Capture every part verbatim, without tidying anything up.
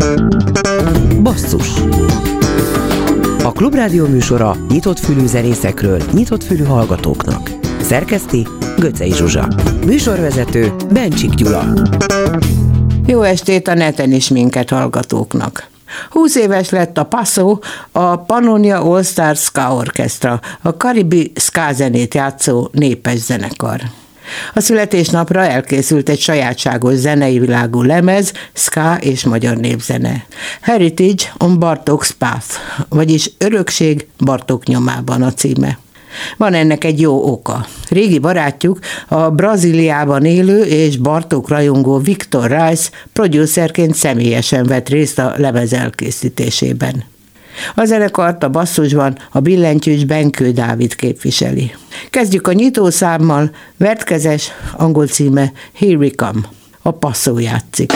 Basszus. A Klubrádió műsora nyitott fülű zenészekről, nyitott fülű hallgatóknak. Szerkeszti Göcsei Zsuzsa. Műsorvezető Bencsik Gyula. Jó estét a neten is minket hallgatóknak. húsz éves lett a Paso, a Pannonia All Star Ska Orchestra, a karibi ska zenét játszó népes zenekar. A születésnapra elkészült egy sajátságos zenei világú lemez, ska és magyar népzene. Heritage on Bartok's Path, vagyis Örökség Bartók nyomában a címe. Van ennek egy jó oka. Régi barátjuk, a Brazíliában élő és Bartók rajongó Victor Rice producerként személyesen vett részt a lemez elkészítésében. A zenekart a basszusban a billentyűs Benkő Dávid képviseli. Kezdjük a nyitószámmal, vertkezes, angol címe Here We Come. A Paso játszik.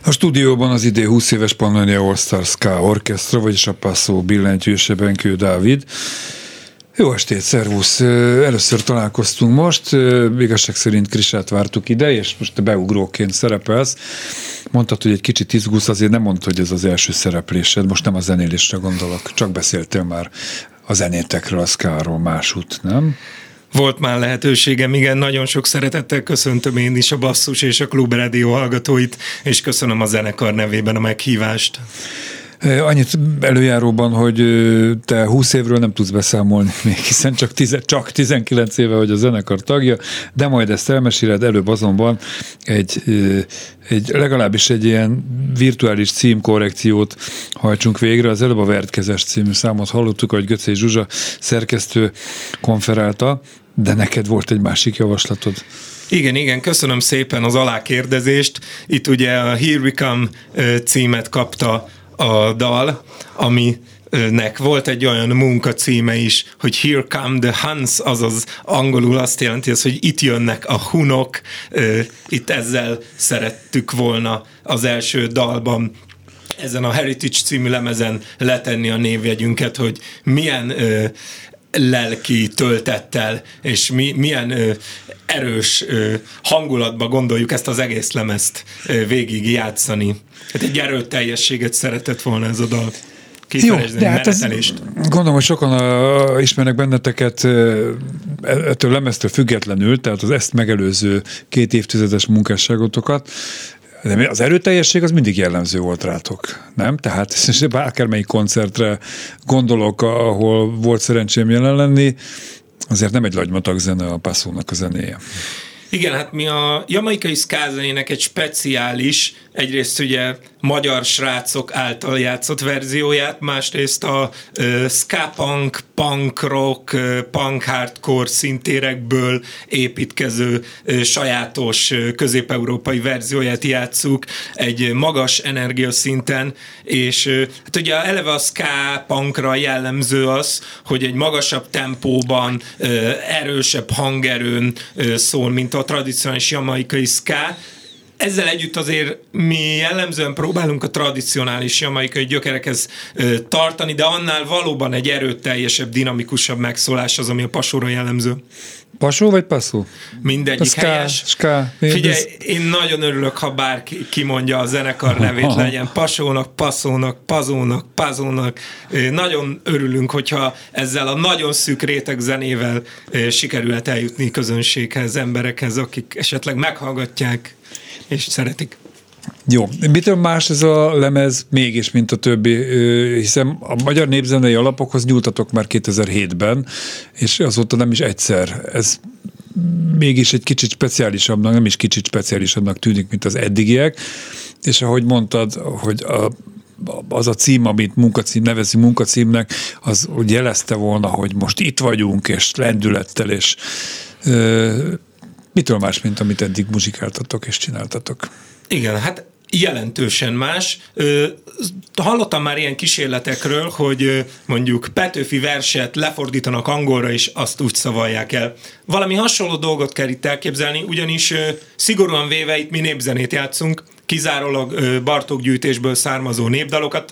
A stúdióban az idén húsz éves Pannonia All Stars Ska Orchestra, vagyis a Passo billentyűse Benkő Dávid. Jó estét, szervusz! Először találkoztunk most, igazság szerint Krisát vártuk ide, és most te beugróként szerepelsz. Mondtad, hogy egy kicsit izgulsz, azért nem mondtad, hogy ez az első szereplésed, most nem a zenélésre gondolok, csak beszéltél már a zenétekről, a szkáról másút, nem? Volt már lehetőségem, igen, nagyon sok szeretettel köszöntöm én is a Basszus és a Klub Rádió hallgatóit, és köszönöm a zenekar nevében a meghívást. Annyit előjáróban, hogy te húsz évről nem tudsz beszámolni még, hiszen csak, tize, csak tizenkilenc éve vagy a zenekar tagja, de majd ezt elmeséled, előbb azonban egy, egy legalábbis egy ilyen virtuális címkorrekciót hajtsunk végre. Az előbb a Vertkezes című számot hallottuk, ahogy Götzei Zsuzsa szerkesztő konferálta, de neked volt egy másik javaslatod. Igen, igen, köszönöm szépen az alákérdezést. Itt ugye a Here We Come címet kapta a dal, aminek volt egy olyan munkacíme is, hogy Here Come the Huns, azaz angolul azt jelenti, az, hogy itt jönnek a hunok. Itt ezzel szerettük volna az első dalban ezen a Heritage című lemezen letenni a névjegyünket, hogy milyen ö, lelki töltettel, és mi, milyen ö, erős ö, hangulatba gondoljuk ezt az egész lemezt ö, végig játszani. Hát egy erőteljességet szeretett volna ez a dal. Jó, de hát ez, gondolom, hogy sokan a, ismernek benneteket ettől lemeztől függetlenül, tehát az ezt megelőző két évtizedes munkásságotokat. De az erőteljesség az mindig jellemző volt rátok, nem? Tehát akármelyik koncertre gondolok, ahol volt szerencsém jelen lenni, azért nem egy lagymatag zene a Passónak a zenéje. Igen, hát mi a jamaikai ska zenének egy speciális, egyrészt ugye magyar srácok által játszott verzióját, másrészt a uh, ska punk, punk rock, uh, punk hardcore szintérekből építkező uh, sajátos uh, közép-európai verzióját játsszuk egy magas energiaszinten, és uh, hát ugye eleve a ska punkra jellemző az, hogy egy magasabb tempóban, uh, erősebb hangerőn uh, szól, mint a tradicionális jamaikai ska. Ezzel együtt azért mi jellemzően próbálunk a tradicionális jamaikai gyökerekhez ö, tartani, de annál valóban egy erőteljesebb, dinamikusabb megszólás az, ami a Passóra jellemző. Passó vagy Passzó? Mindegyik ska, helyes. Ska. Figyelj, én nagyon örülök, ha bárki kimondja a zenekar nevét, legyen Passónak, Passzónak, Pazónak, Pazónak. Nagyon örülünk, hogyha ezzel a nagyon szűk réteg zenével sikerülhet eljutni közönséghez, emberekhez, akik esetleg meghallgatják és szeretik. Jó, mitől más ez a lemez mégis, mint a többi, hiszen a magyar népzenei alapokhoz nyúltatok már kétezer-hétben, és azóta nem is egyszer. Ez mégis egy kicsit speciálisabbnak, nem is kicsit speciálisabbnak tűnik, mint az eddigiek, és ahogy mondtad, hogy a az a cím, amit munkacím, nevezzük munkacímnek, az úgy jelezte volna, hogy most itt vagyunk, és lendülettel, és ö, mitől más, mint amit eddig muzsikáltatok és csináltatok? Igen, hát jelentősen más. Hallottam már ilyen kísérletekről, hogy mondjuk Petőfi verset lefordítanak angolra, és azt úgy szavalják el. Valami hasonló dolgot kell itt elképzelni, ugyanis szigorúan véve itt mi népzenét játszunk, kizárólag Bartók gyűjtésből származó népdalokat,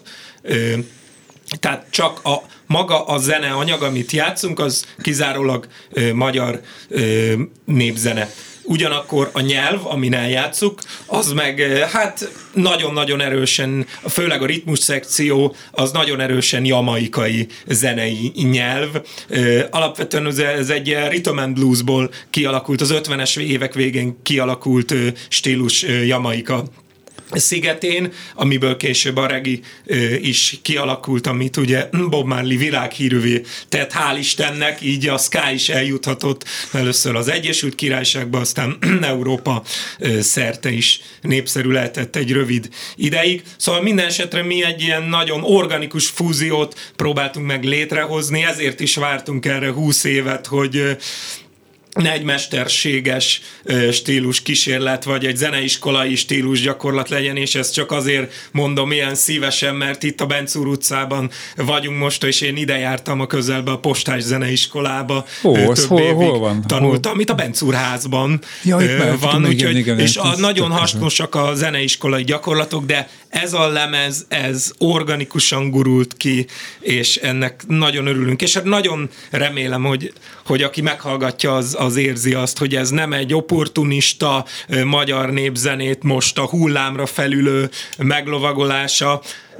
tehát csak a maga a zene anyag, amit játszunk, az kizárólag magyar népzene. Ugyanakkor a nyelv, amin eljátszuk, az meg hát nagyon-nagyon erősen, főleg a ritmus szekció, az nagyon erősen jamaikai zenei nyelv. Alapvetően ez egy rhythm and bluesból kialakult, az ötvenes évek végén kialakult stílus Jamaika szigetén, amiből később a reggae is kialakult, amit ugye Bob Marley világhírűvé tett, hál' Istennek, így a ska is eljuthatott először az Egyesült Királyságba, aztán Európa szerte is népszerű lehetett egy rövid ideig. Szóval minden esetre mi egy ilyen nagyon organikus fúziót próbáltunk meg létrehozni, ezért is vártunk erre húsz évet, hogy ne egy mesterséges stílus kísérlet, vagy egy zeneiskolai stílus gyakorlat legyen, és ezt csak azért mondom ilyen szívesen, mert itt a Bencúr utcában vagyunk most, és én ide jártam a közelbe a Postás Zeneiskolába. Ó, több hol, hol van? Tanultam, hol? Itt a Bencúr házban ja, van, igen, úgyhogy, igen, és igen, a, nagyon hasznosak a zeneiskolai gyakorlatok, de ez a lemez, ez organikusan gurult ki, és ennek nagyon örülünk, és hát nagyon remélem, hogy, hogy aki meghallgatja, az, az érzi azt, hogy ez nem egy opportunista magyar népzenét most a hullámra felülő meglovagolása,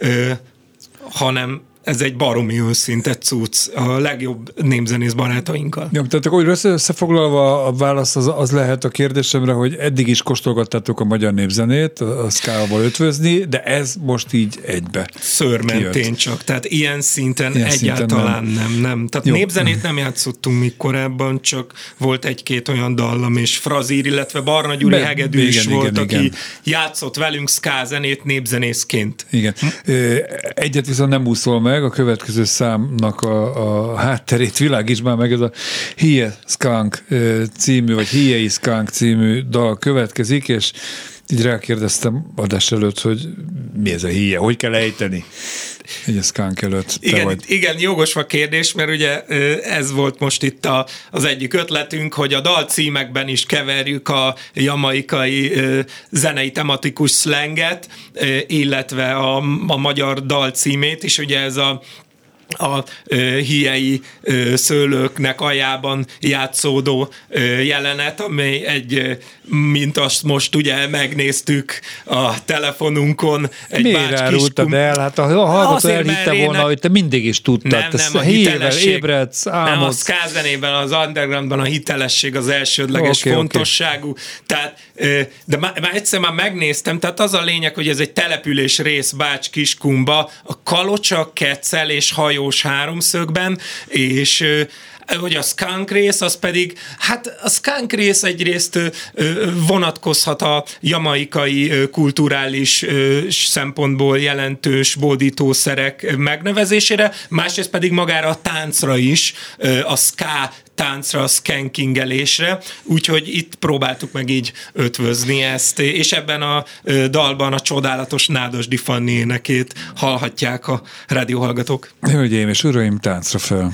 hanem ez egy baromi őszinte cucc a legjobb népzenész barátainkkal. Ja, tehát akkor összefoglalva a válasz az, az lehet a kérdésemre, hogy eddig is kóstolgattátok a magyar népzenét, a szkálával ötvözni, de ez most így egybe. Szőrmentén csak, tehát ilyen szinten ilyen egyáltalán szinten nem. nem, nem. Tehát jó. Népzenét nem játszottunk még korábban, csak volt egy-két olyan dallam, és Frazír, illetve Barna Gyuri Be, hegedű igen, is igen, volt, igen, aki igen. játszott velünk szkázenét népzenészként. Igen. Egyet viszont nem úszol meg, a következő számnak a, a hátterét világíts már meg, ez a Hie Skunk című, vagy Hiei Skunk című dal következik, és így rákérdeztem adás előtt, hogy mi ez a híje, hogy kell ejteni? Egy a skunk előtt. Igen, igen, jogos a kérdés, mert ugye ez volt most itt a, az egyik ötletünk, hogy a dalcímekben is keverjük a jamaikai zenei tematikus szlenget, illetve a, a magyar dalcímét is, ugye ez a a ö, hiei ö, szőlőknek aljában játszódó ö, jelenet, amely egy, ö, mint azt most ugye megnéztük a telefonunkon. Egy miért árultad el? Hát a hallgató elhitte volna, hogy te mindig is tudtad. Nem, nem, a hitelesség. Ébredsz, álmodsz. Nem, a skázenében, az undergroundban a hitelesség az elsődleges okay, fontosságú. Okay. Tehát, ö, de már, már egyszer már megnéztem, tehát az a lényeg, hogy ez egy település rész Bács-Kiskunba, a Kalocsa, Kecel és hajós háromszögben, és hogy a skunk rész, az pedig, hát a skunk rész egyrészt vonatkozhat a jamaikai kulturális szempontból jelentős bódítószerek megnevezésére, másrészt pedig magára a táncra is, a ska táncra, a skankingelésre, úgyhogy itt próbáltuk meg így ötvözni ezt, és ebben a dalban a csodálatos Nádasdy Fanni énekét hallhatják a rádióhallgatók. Hölgyeim és uraim, táncra fel!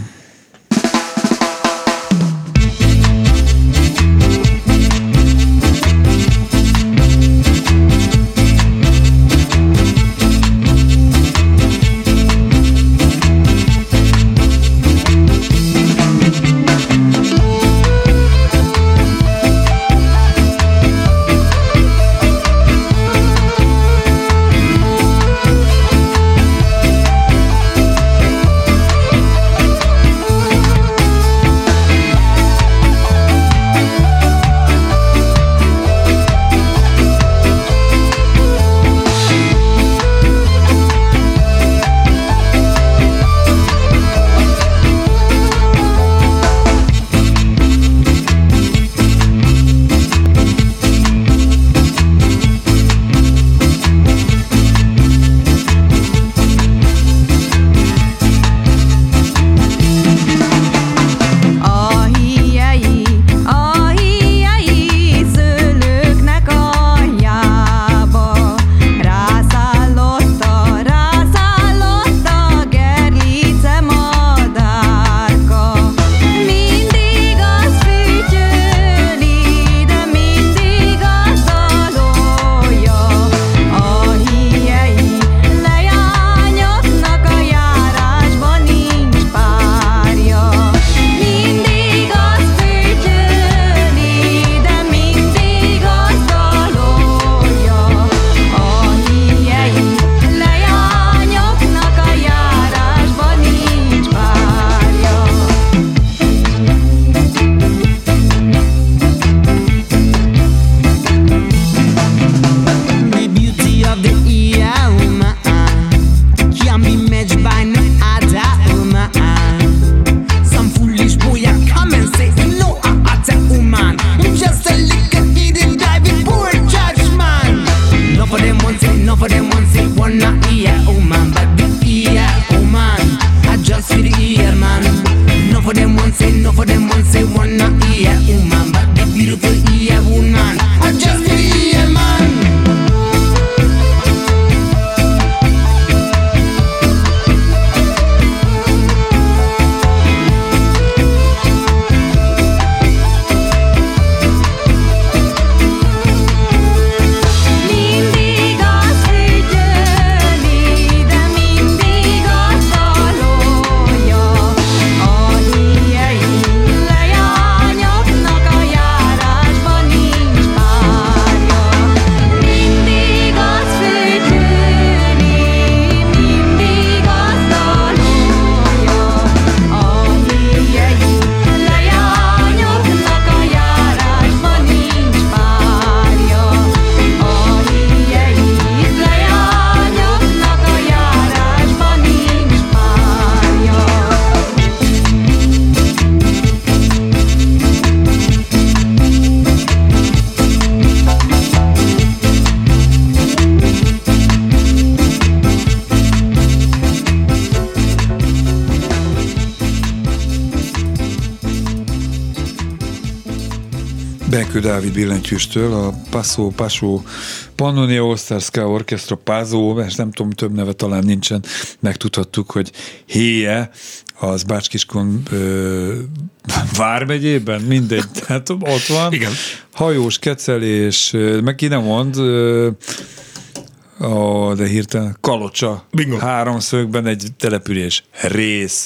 Benkő Dávid billentyűstől, a Passo Pasó Pannonia All Stars Ska Orchestra Pázó, és nem tudom, több neve talán nincsen, megtudhattuk, hogy héje, az Bács-Kiskun ö, vármegyében, mindegy, tehát ott van. Igen. Hajós kecelés, meg ki nem mond, ö, ó, de hirtelen Kalocsa, Bingo. Háromszögben egy település, rész.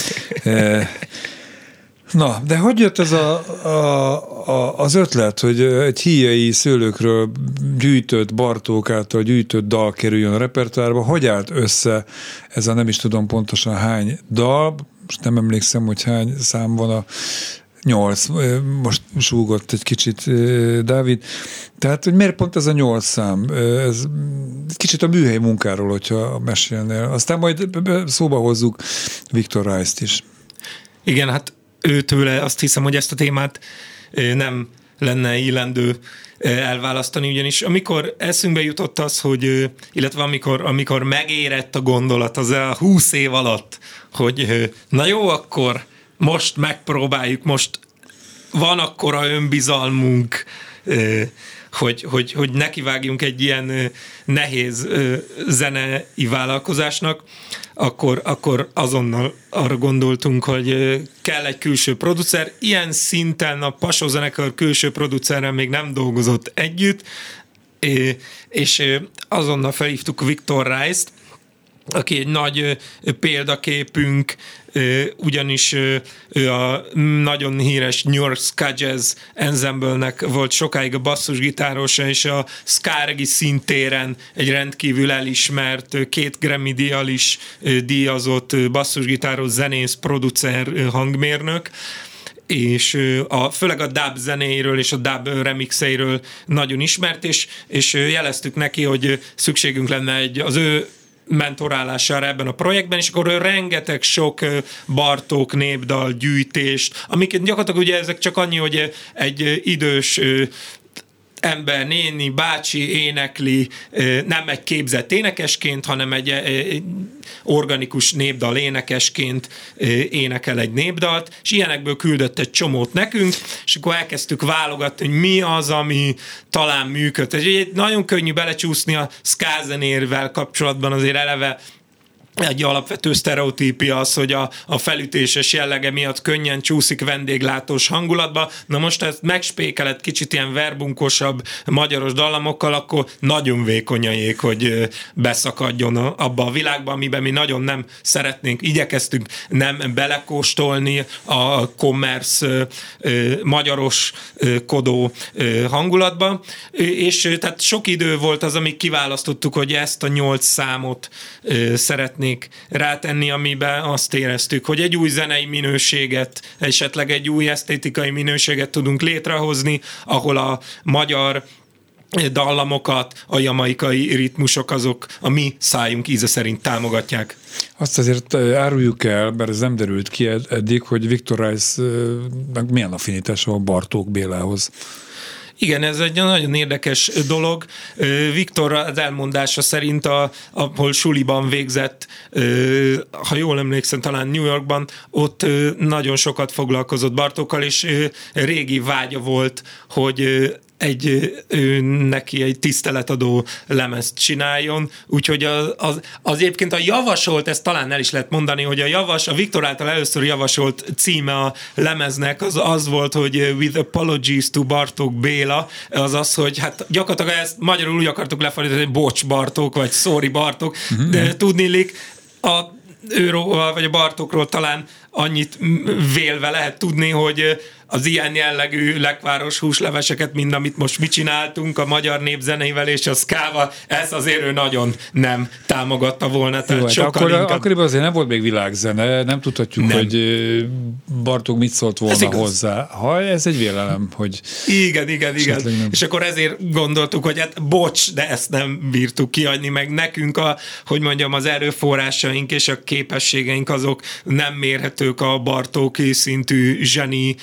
Na, de hogy jött ez a, a, a, az ötlet, hogy egy híjai szőlőkről gyűjtött, Bartók által gyűjtött dal kerüljön a repertoárba? Hogy állt össze ez a nem is tudom pontosan hány dal, most nem emlékszem, hogy hány szám van, a nyolc, most súgott egy kicsit Dávid. Tehát, hogy miért pont ez a nyolc szám? Ez kicsit a műhely munkáról, hogyha mesélnél. Aztán majd szóba hozzuk Viktor Rice-t is. Igen, hát őtőle azt hiszem, hogy ezt a témát nem lenne illendő elválasztani, ugyanis amikor eszünkbe jutott az, hogy, illetve amikor, amikor megérett a gondolat az a húsz év alatt, hogy na jó, akkor most megpróbáljuk, most van akkora önbizalmunk, hogy, hogy, hogy nekivágjunk egy ilyen nehéz zenei vállalkozásnak, akkor, akkor azonnal arra gondoltunk, hogy kell egy külső producer. Ilyen szinten a Pasó zenekar külső producerrel még nem dolgozott együtt, és azonnal felhívtuk Viktor Rice-t, aki egy nagy példaképünk, ugyanis ő a nagyon híres New York Ska Jazz Ensemble-nek volt sokáig a basszusgitárosa, és a ska-regi szintéren egy rendkívül elismert, két Grammy-díjjal is díjazott basszusgitáros, zenész, producer, hangmérnök, és a, főleg a dub zenéiről és a dub remixeiről nagyon ismert, és, és jeleztük neki, hogy szükségünk lenne egy, az ő mentorálására ebben a projektben, és akkor rengeteg sok Bartók népdal gyűjtést, amiket gyakorlatilag ugye ezek csak annyi, hogy egy idős ember, néni, bácsi énekli, nem egy képzett énekesként, hanem egy, egy organikus népdal énekesként énekel egy népdalt, és ilyenekből küldött egy csomót nekünk, és akkor elkezdtük válogatni, hogy mi az, ami talán működ. Egy nagyon könnyű belecsúszni a ska zenérvel kapcsolatban, azért eleve egy alapvető sztereotípia az, hogy a, a felütéses jellege miatt könnyen csúszik vendéglátós hangulatba. Na most ezt megspékeled kicsit ilyen verbunkosabb magyaros dallamokkal, akkor nagyon vékonyaik, hogy beszakadjon abba a világba, amiben mi nagyon nem szeretnénk, igyekeztünk nem belekóstolni a commerce magyaros kodó hangulatba, és tehát sok idő volt az, amíg kiválasztottuk, hogy ezt a nyolc számot szeretnénk rátenni, amiben azt éreztük, hogy egy új zenei minőséget, esetleg egy új esztétikai minőséget tudunk létrehozni, ahol a magyar dallamokat, a jamaikai ritmusok azok a mi szájunk íze szerint támogatják. Azt azért áruljuk el, mert ez nem derült ki eddig, hogy Viktor Rice-nak milyen affinitása a Bartók Bélához. Igen, ez egy nagyon érdekes dolog. Viktor az elmondása szerint, a, ahol suliban végzett, ha jól emlékszem, talán New Yorkban, ott nagyon sokat foglalkozott Bartókkal, és régi vágya volt, hogy egy, ő, neki egy tiszteletadó lemezt csináljon, úgyhogy az, az, az egyébként a javasolt, ezt talán el is lehet mondani, hogy a javas, a Viktor által először javasolt címe a lemeznek az az volt, hogy With Apologies to Bartók Béla, az az, hogy hát gyakorlatilag ezt magyarul úgy akartuk lefordítani, hogy bocs Bartók, vagy sorry Bartók, uh-huh. de tudniillik a őról, vagy a Bartókról talán annyit vélve lehet tudni, hogy az ilyen jellegű lekváros húsleveseket, mind amit most mi csináltunk a magyar népzenével és a szkával, ez azért ő nagyon nem támogatta volna. Tehát jó, sokkal akkor, inkább... akkoriban azért nem volt még világzene, nem tudhatjuk, nem. hogy Bartók mit szólt volna hozzá. Ha ez egy vélelem, hogy... Igen, igen, igen. Nem. És akkor ezért gondoltuk, hogy hát bocs, de ezt nem bírtuk kiadni, meg nekünk a, hogy mondjam, az erőforrásaink és a képességeink azok nem mérhetők a Bartóki szintű zsenialitással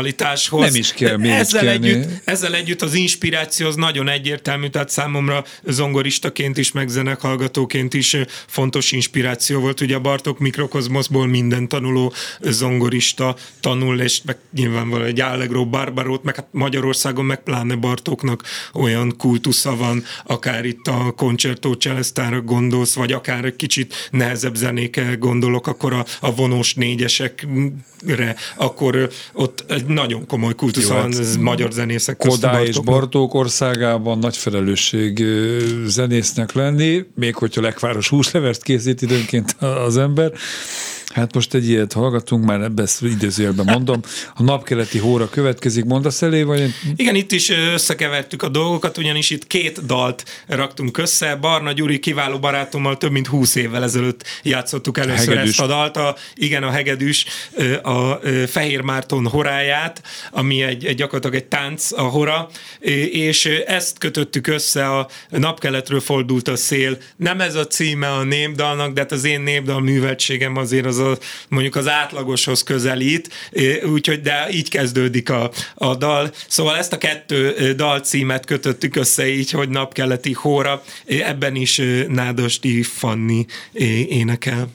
tonalitáshoz. Nem is kell ezzel együtt, ezzel együtt az inspiráció az nagyon egyértelmű, tehát számomra zongoristaként is, meg zenekhallgatóként is fontos inspiráció volt. Ugye a Bartók Mikrokozmoszból minden tanuló zongorista tanul, és meg nyilvánvalóan egy Allegro Barbarót, meg hát Magyarországon meg pláne Bartóknak olyan kultusza van, akár itt a Concerto Celestára gondolsz, vagy akár egy kicsit nehezebb zenéke gondolok, akkor a, a vonós négyesekre, akkor ott egy nagyon komoly kultusza van, ez magyar zenészek közt. Kodály és Bartók országában nagy felelősség zenésznek lenni, még hogyha lekváros húslevest készít időnként az ember. Hát most egy ilyet hallgatunk, már ebben idézőjelben mondom. A napkeleti hóra következik, mondasz elé, vagy? Igen, itt is összekevertük a dolgokat, ugyanis itt két dalt raktunk össze. Barna Gyuri kiváló barátommal több mint húsz évvel ezelőtt játszottuk először Hegedűs. Ezt a dalt. A, igen, a Hegedűs, a Fehér Márton horáját, ami egy, egy gyakorlatilag egy tánc, a hora, és ezt kötöttük össze, a Napkeletről fordult a szél. Nem ez a címe a népdalnak, de hát az én népdal műveltségem azért az a, mondjuk az átlagoshoz közelít, úgyhogy de így kezdődik a, a dal. Szóval ezt a kettő dalcímet kötöttük össze így, hogy Napkeleti hóra, ebben is Nádasdy Fanni énekel.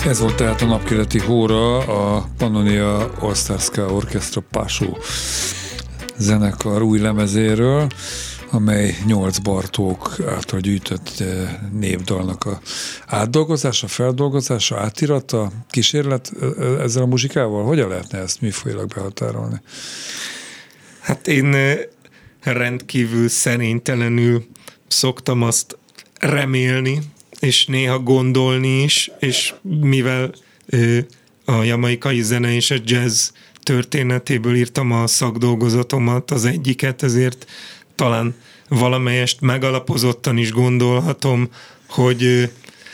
Ez volt tehát a napkeleti hóra, a Pannonia All Stars Ska Orchestra Pásó zenekar új lemezéről, amely nyolc Bartók által gyűjtött névdalnak a átdolgozása, feldolgozása, átirata, kísérlet ezzel a muzsikával? Hogyan lehetne ezt műfajilag behatárolni? Hát én rendkívül szerénytelenül szoktam azt remélni, és néha gondolni is, és mivel a jamaikai zene és a jazz történetéből írtam a szakdolgozatomat, az egyiket, ezért talán valamelyest megalapozottan is gondolhatom, hogy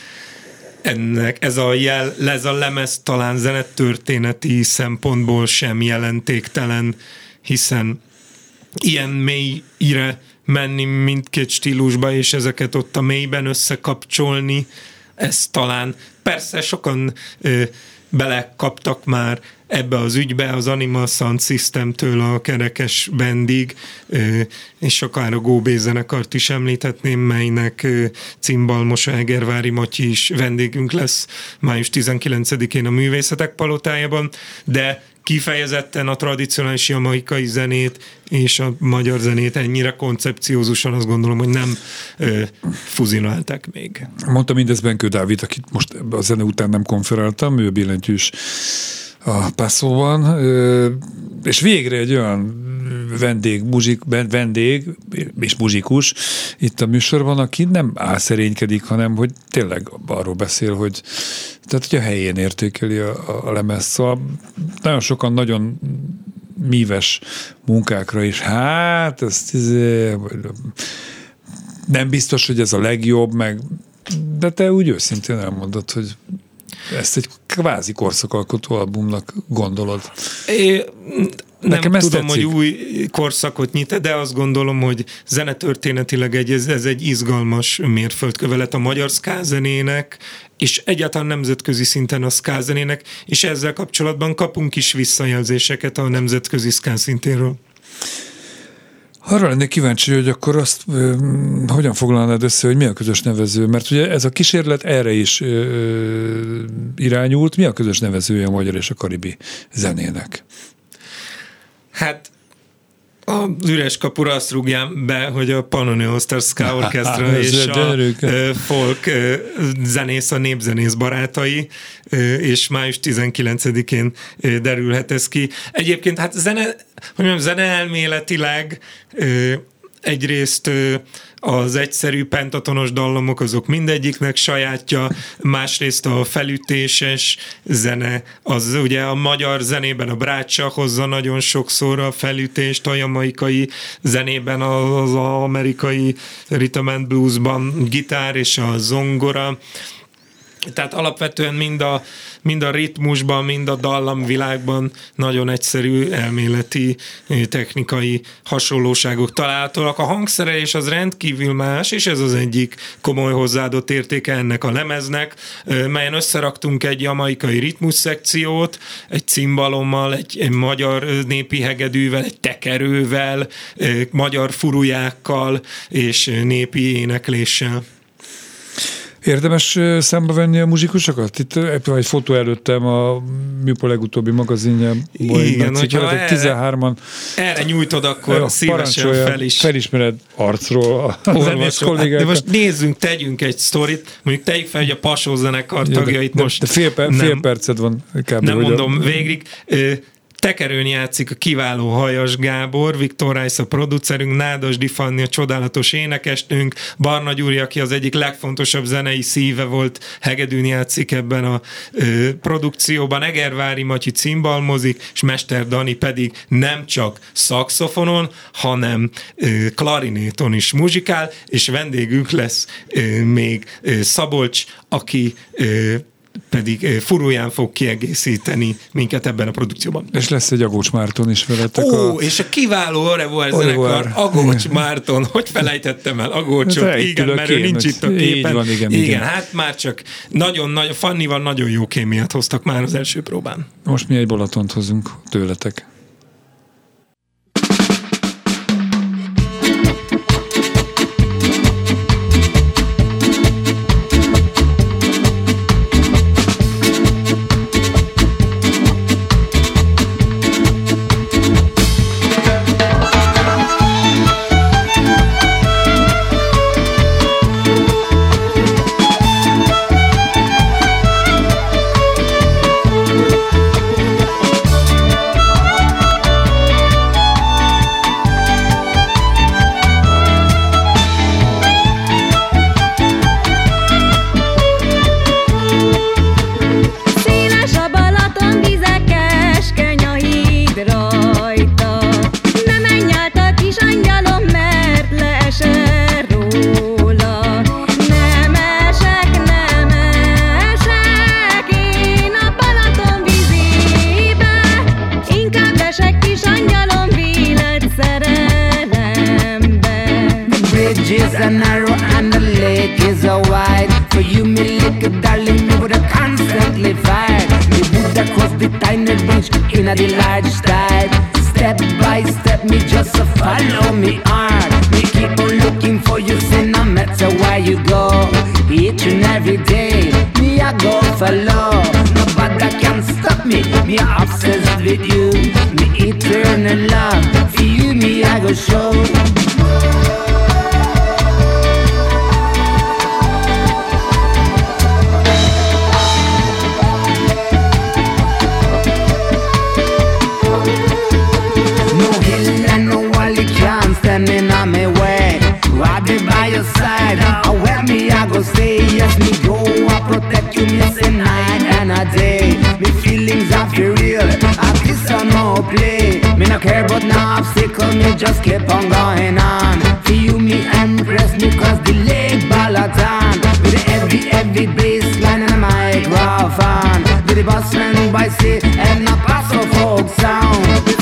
ennek ez a, jel, ez a lemez talán zenetörténeti szempontból sem jelentéktelen, hiszen ilyen mélyre menni mindkét stílusba, és ezeket ott a mélyben összekapcsolni, ez talán, persze sokan ö, belekaptak már ebbe az ügybe, az Animal Sound System-től a Kerekes Bandig, ö, és akár a Góbé zenekart is említhetném, melynek ö, cimbalmosa Egervári Matyi is vendégünk lesz május tizenkilencedikén a Művészetek Palotájában, de kifejezetten a tradicionális jamaikai zenét és a magyar zenét ennyire koncepciózusan azt gondolom, hogy nem ö, fuzinálták még. Mondta mindez Benkő Dávid, akit most a zene után nem konferáltam, ő billentyűs a Passzóban, és végre egy olyan vendég, muzsik, vendég és muzsikus itt a műsorban, aki nem álszerénykedik, hanem hogy tényleg arról beszél, hogy tehát, hogy a helyén értékeli a, a lemezt. Szóval nagyon sokan nagyon míves munkákra is, hát ezt izé, nem biztos, hogy ez a legjobb, meg de te úgy őszintén elmondod, hogy ezt egy kvázi korszakalkotó albumnak gondolod. É, nem Nekem ezt tudom, tetszik. hogy új korszakot nyit, de azt gondolom, hogy zenetörténetileg egy, ez, ez egy izgalmas mérföldköve lett a magyar ska zenének, és egyáltalán nemzetközi szinten a ska zenének, és ezzel kapcsolatban kapunk is visszajelzéseket a nemzetközi ska szintéről. Arra lennék kíváncsi, hogy akkor azt ö, hogyan foglalnád össze, hogy mi a közös nevező? Mert ugye ez a kísérlet erre is ö, irányult. Mi a közös nevezője a magyar és a karibi zenének? Hát az üres kapura azt rúgjám be, hogy a Pannonia All Stars Ska Orchestra és a ö, folk ö, zenész, a népzenész barátai, ö, és május tizenkilencedikén ö, derülhet ez ki. Egyébként hát zene, hogy mondjam, zeneelméletileg ö, egyrészt ö, az egyszerű pentatonos dallamok azok mindegyiknek sajátja, másrészt a felütéses zene, az ugye a magyar zenében a brácsa hozza nagyon sokszor a felütést, a jamaikai zenében az amerikai rhythm and bluesban gitár és a zongora. Tehát alapvetően mind a, mind a ritmusban, mind a dallamvilágban nagyon egyszerű elméleti, technikai hasonlóságok találhatóak. A hangszerelés az rendkívül más, és ez az egyik komoly hozzáadott értéke ennek a lemeznek, melyen összeraktunk egy jamaikai ritmus szekciót, egy cimbalommal, egy, egy magyar népi hegedűvel, egy tekerővel, magyar furujákkal és népi énekléssel. Érdemes számba venni a muzsikusokat? Itt egy fotó előttem a Műpa legutóbbi magazinjában. Igen, hogyha erre, tizenhárman erre nyújtod, akkor szívesen fel is. Felismered arcról a zenész kollégákat. De most nézzünk, tegyünk egy sztorit, mondjuk tegyük fel, hogy a Pasó zenekar tagjait de, most... De fél, per, nem, fél perced van. Kb. Nem mondom a... végig. Tekerőn játszik a kiváló Hajas Gábor, Viktor Rice a producerünk, Nádasdy Fanni a csodálatos énekesnőnk, Barna Gyuri, aki az egyik legfontosabb zenei szíve volt, hegedűn játszik ebben a ö, produkcióban, Egervári Matyi cimbalmozik, és Mester Dani pedig nem csak szaxofonon, hanem ö, klarinéton is muzsikál, és vendégünk lesz ö, még ö, Szabolcs, aki ö, pedig furuján fog kiegészíteni minket ebben a produkcióban. És lesz egy Agócs Márton is veletek. Ó, a... és a kiváló Orevoir zenekar, Agócs Márton, hogy felejtettem el Agócsot, hát, igen, mert ő nincs itt a képen. Van, igen, igen, igen, hát már csak nagyon nagy, Fannival nagyon jó kémiát hoztak már az első próbán. Most mi egy Balatont hozunk tőletek. in the large style. Step by step, me just a follow me hard. Me keep on looking for you, say no matter where you go. Each and every day, me I go follow. Nobody can stop me, me I obsessed with you. Me eternal love, for you me I go show. Standing on my way, I'll be by your side. Oh, where me I go stay? Yes, me go. I protect you, me say night and a day. Me feelings are for real. I this on no play. Me no care about no obstacle. Me just keep on going on. For you, me impress me 'cause the leg balaton with the heavy, heavy bassline and a microphone. With the boss man by say and a pass of folk sound.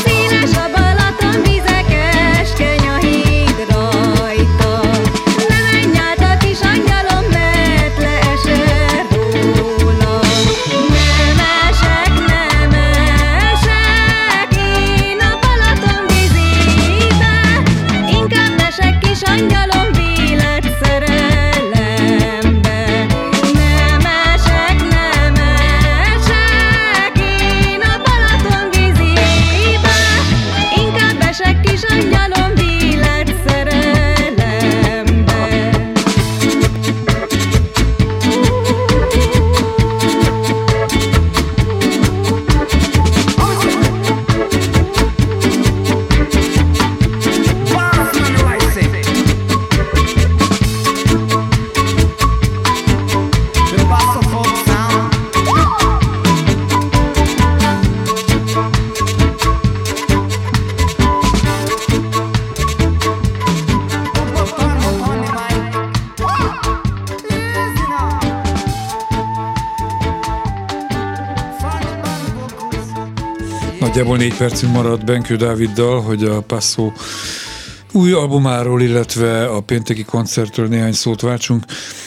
Nagyjából négy percünk maradt Benkő Dáviddal, hogy a Passo új albumáról, illetve a pénteki koncertről néhány szót váltsunk.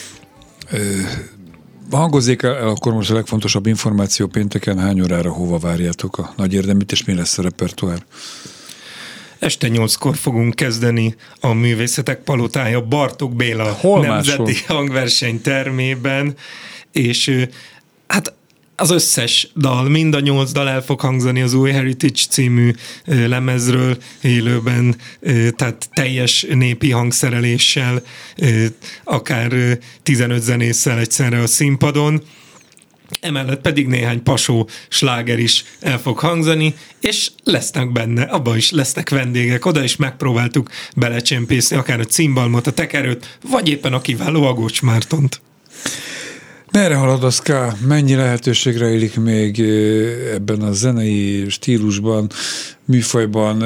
Hangozzék el akkor most a legfontosabb információ pénteken, hány órára, hova várjátok a nagy érdeműt, és mi lesz a repertoár? Este nyolckor fogunk kezdeni a Művészetek Palotája Bartók Béla Hol Nemzeti máshol? Hangverseny termében, és hát az összes dal, mind a nyolc dal el fog hangzani az új Heritage című lemezről élőben, tehát teljes népi hangszereléssel, akár tizenöt zenésszel egyszerre a színpadon. Emellett pedig néhány pasó sláger is el fog hangzani, és lesznek benne, abban is lesznek vendégek, oda is megpróbáltuk belecsempészni akár a cimbalmot, a tekerőt, vagy éppen a kiváló Agócs Mártont. Merre halad a ska? Mennyi lehetőségre élik még ebben a zenei stílusban, műfajban?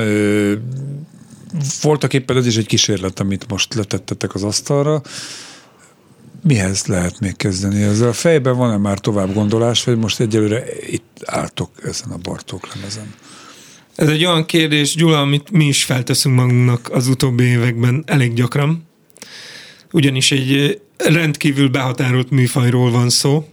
Voltak éppen ez is egy kísérlet, amit most letettetek az asztalra. Mihez lehet még kezdeni? Ezzel a fejben van-e már tovább gondolás, vagy most egyelőre itt álltok ezen a Bartók lemezen? Ez egy olyan kérdés, Gyula, amit mi is felteszünk magunknak az utóbbi években elég gyakran. Ugyanis egy rendkívül behatárolt műfajról van szó,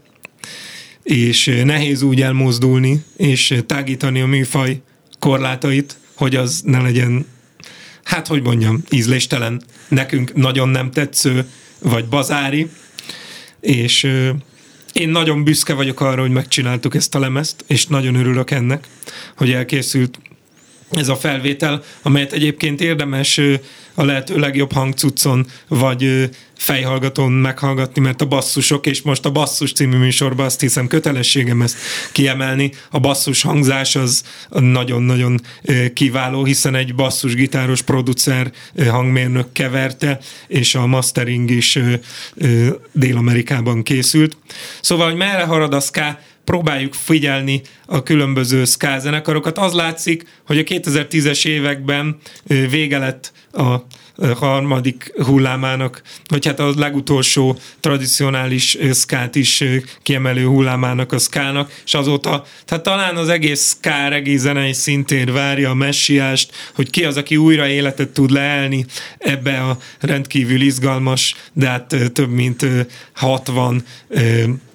és nehéz úgy elmozdulni, és tágítani a műfaj korlátait, hogy az ne legyen, hát hogy mondjam, ízléstelen, nekünk nagyon nem tetsző, vagy bazári, és én nagyon büszke vagyok arra, hogy megcsináltuk ezt a lemezt, és nagyon örülök ennek, hogy elkészült ez a felvétel, amelyet egyébként érdemes a lehető legjobb hangcuccon, vagy fejhallgatón meghallgatni, mert a basszusok, és most a Basszus című műsorban azt hiszem kötelességem ezt kiemelni, a basszus hangzás az nagyon-nagyon kiváló, hiszen egy basszusgitáros producer, hangmérnök keverte, és a mastering is Dél-Amerikában készült. Szóval, hogy merre harad a ska, próbáljuk figyelni a különböző ska zenekarokat. Az látszik, hogy a kétezer-tízes években vége lett a harmadik hullámának, vagy hát a legutolsó tradicionális szkát is kiemelő hullámának a szkának, és azóta, tehát talán az egész ska reggae zenei szintér várja a messiást, hogy ki az, aki újra életet tud leelni ebbe a rendkívül izgalmas, de hát több mint hatvan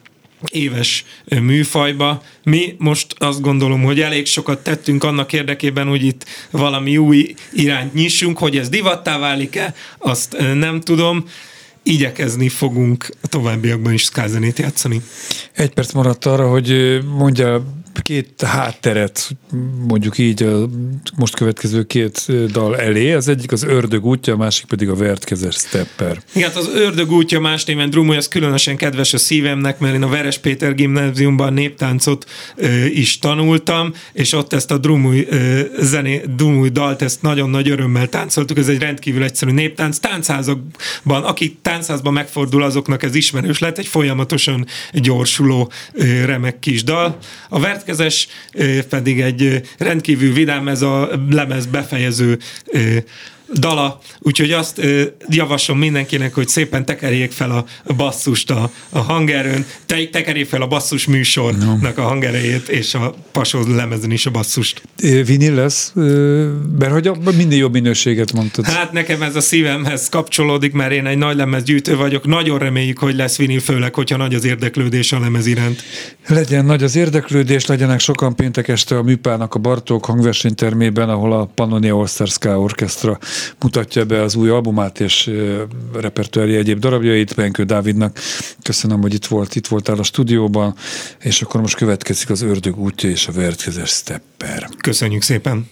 éves műfajba. Mi most azt gondolom, hogy elég sokat tettünk annak érdekében, hogy itt valami új irányt nyissunk, hogy ez divattá válik-e, azt nem tudom. Igyekezni fogunk a továbbiakban is skazenét játszani. Egy perc maradt arra, hogy mondja két hátteret, mondjuk így a most következő két dal elé. Az egyik az Ördög útja, a másik pedig a Vertkezes stepper. Igen, az Ördög útja más néven Drumúj, az különösen kedves a szívemnek, mert én a Veres Péter gimnáziumban néptáncot ö, is tanultam, és ott ezt a Drumúj ö, zené, Drumúj dalt, ezt nagyon nagy örömmel táncoltuk. Ez egy rendkívül egyszerű néptánc. Táncházakban, akik táncházban megfordul, azoknak ez ismerős lett, egy folyamatosan gyorsuló ö, remek kis dal. A Vertkezes ö, pedig egy rendkívül vidám, ez a lemez befejező ö, dala, úgyhogy azt ö, javaslom mindenkinek, hogy szépen tekerjék fel a basszust a, a hangerőn, te, tekerjék fel a basszus műsornak a hangerejét, és a pasó lemezen is a basszust. Vinil lesz, mert hogy minden jobb minőséget mondtad. Hát nekem ez a szívemhez kapcsolódik, mert én egy nagy lemezgyűjtő vagyok, nagyon reméljük, hogy lesz vinil, főleg, hogyha nagy az érdeklődés a lemez iránt. Legyen nagy az érdeklődés, legyenek sokan péntek este a Műpának a Bartók hangversenytermében, ahol a Pannonia All Stars Ska Orchestra mutatja be az új albumát és repertoárja egyéb darabjait. Benkő Dávidnak köszönöm, hogy itt volt, itt voltál a stúdióban, és akkor most következik az Ördög útja és a Vertkezes stepper. Köszönjük szépen!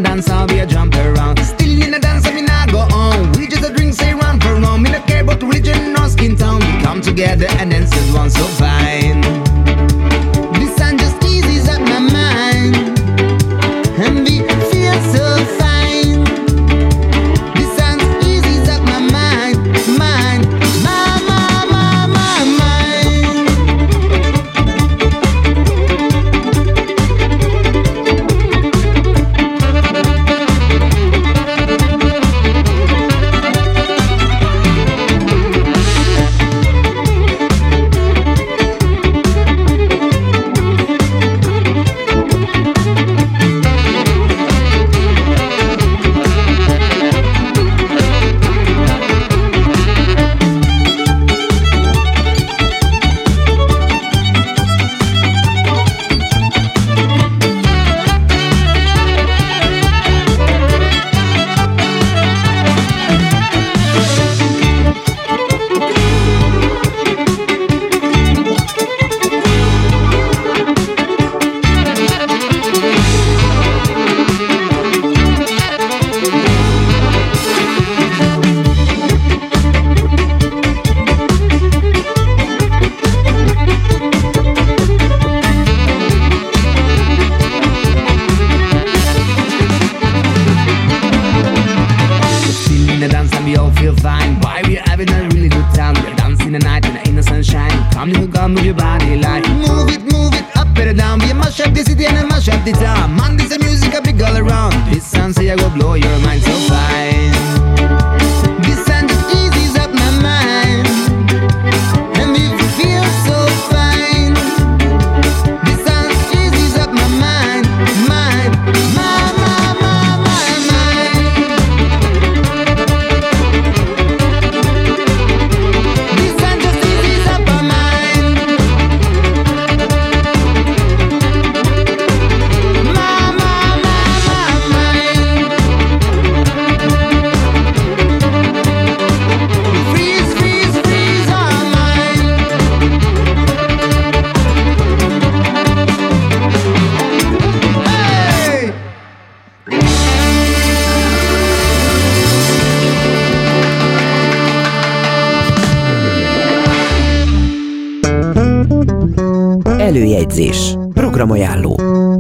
dance, I'll be a jump around. Still in the dance, I mean I go on. We just a drink, say run for wrong. Me not care about religion or skin tone. We come together and dance as one so fine. This sound just eases up my mind, and we feel so fine. This sound eases up my mind, mind, my, my, my, my, mind. Előjegyzés. Programajánló.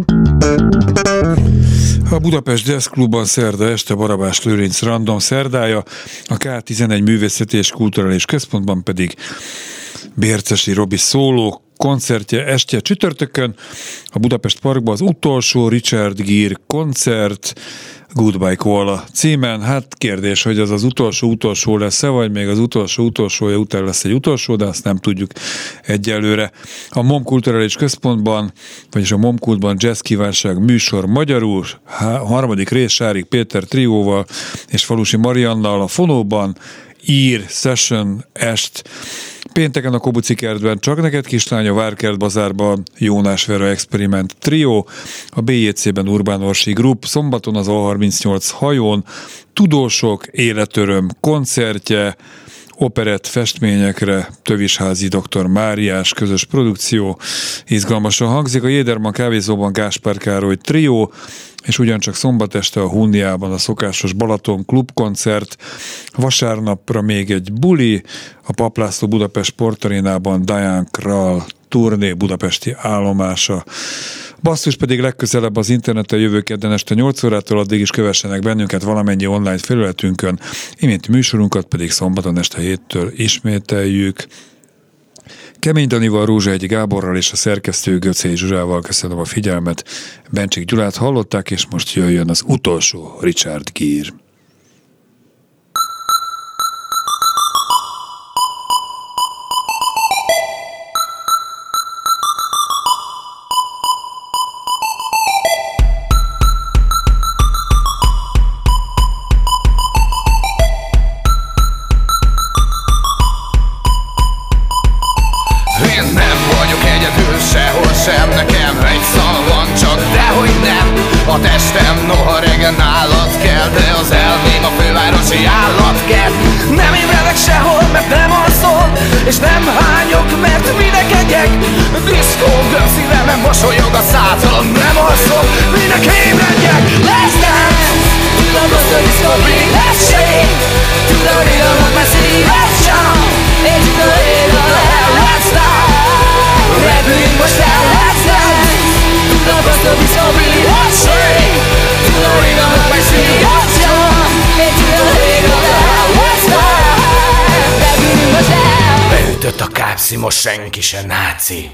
A Budapest Jazz Klubban szerda este Barabás Lőrinc Random szerdája, a ká tizenegy Művészeti és Kulturális Központban pedig Bércesi Robi szóló koncertje estje csütörtökön, a Budapest Parkban az utolsó Richard Gere koncert, Goodbye Koala címen. Hát kérdés, hogy az az utolsó utolsó lesz-e, vagy még az utolsó utolsója után lesz egy utolsó, de azt nem tudjuk egyelőre. A MOM Kulturális Központban, vagyis a MOM Kultban Jazz Kívánság műsor magyarul, a harmadik rész Sárik Péter trióval és Falusi Mariannal, a Fonóban ír session est. Pénteken a Kobuci kertben Csak neked kislány, a Várkert bazárban Jónás Vera Experiment Trio, a bé jé cében Urbán Orsi Group, szombaton az á harmincnyolc hajón Tudósok életöröm koncertje, operett festményekre Tövisházi doktor Máriás közös produkció, izgalmasan hangzik. A Jéderman kávézóban Gáspár Károly Trio, és ugyancsak szombat este a Hunniában a szokásos Balaton klubkoncert, vasárnapra még egy buli, a Paplászló Budapest Sportarénában Diane Krall turné budapesti állomása. Basszus pedig legközelebb az interneten jövő kedden este nyolc órától, addig is kövessenek bennünket valamennyi online felületünkön, iménti műsorunkat pedig szombaton este héttől ismételjük. Kemény Danival, Rózsahegyi Gáborral és a szerkesztő Göcei Zsuzsával köszönöm a figyelmet. Bencsik Gyulát hallották, és most jöjjön az utolsó Richard Gere. Sem nekem egy szal van, csak dehogy nem. A testem noha régen állat kell, de az elmém a fővárosi állatkert. Nem ébredek sehol, mert nem alszol, és nem hányok, mert minek egyek. Diszkó göm szívemen mosolyog a százal, nem alszom, minek ébredjek. Let's dance to the Brosco disco beat. Let's shake to the rhythm of my city. Let's jump into the rhythm of hell. Let's start rapping most out. Let's dance to the Brosco disco beat. Let's shake to the rhythm of my city. Let's jump into the rhythm of hell. Let's start rapping most out. Beütött a kápszi, most senki se náci.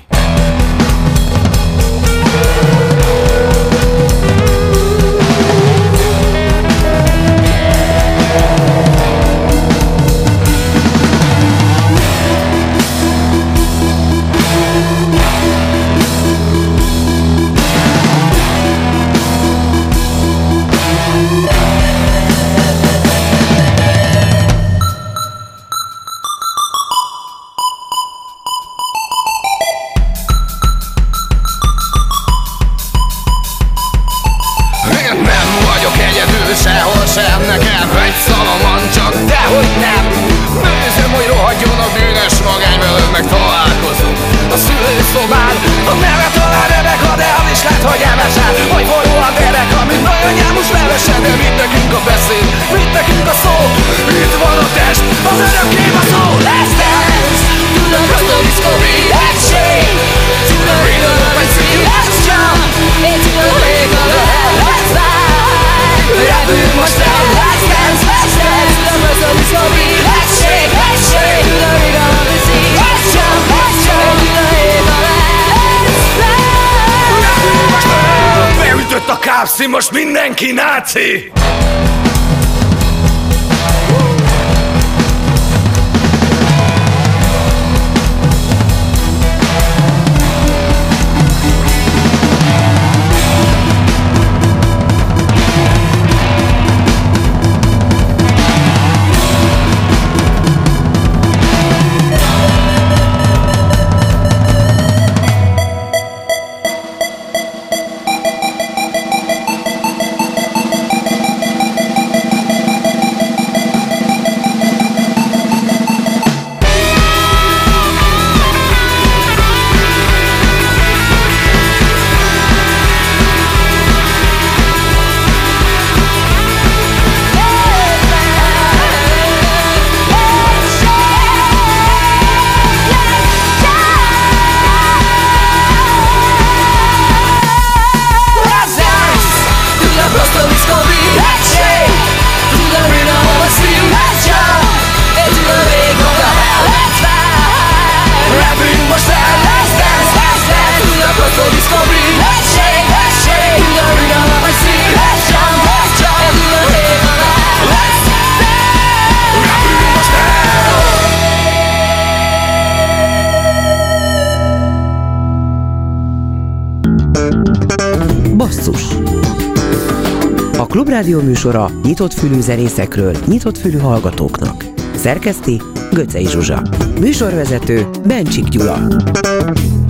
Sehol sem nekem egy szavam van, csak dehogy nem. Nézem, hogy rohadjon a bűnös magány, veled meg találkozunk a szülőszobán. A nevet alá Rebeka, de az is lehet, hogy emesen, hogy forró a derek, amit nagyon nyámus levesen. De mit nekünk a beszéd, mit nekünk a szó? Itt van a test, az örökké a szó. Let's dance to the Brosco disco beat. Let's shake to the rhythm of my city. Let's jump into the lake of the hell. Let's fly. Rapping most out. Let's dance, let's dance to the Brosco disco beat. Let's shake, let's shake to the rhythm of the sea. Let's jump, let's jump to the rhythm of the hell. Let's fly. Rapping most out. Beütött a kápszi, most mindenki náci. Basszus. A Klubrádió műsora nyitott fülű zenészekről, nyitott fülű hallgatóknak. Szerkeszti Göcsei Zsuzsa. Műsorvezető Bencsik Gyula.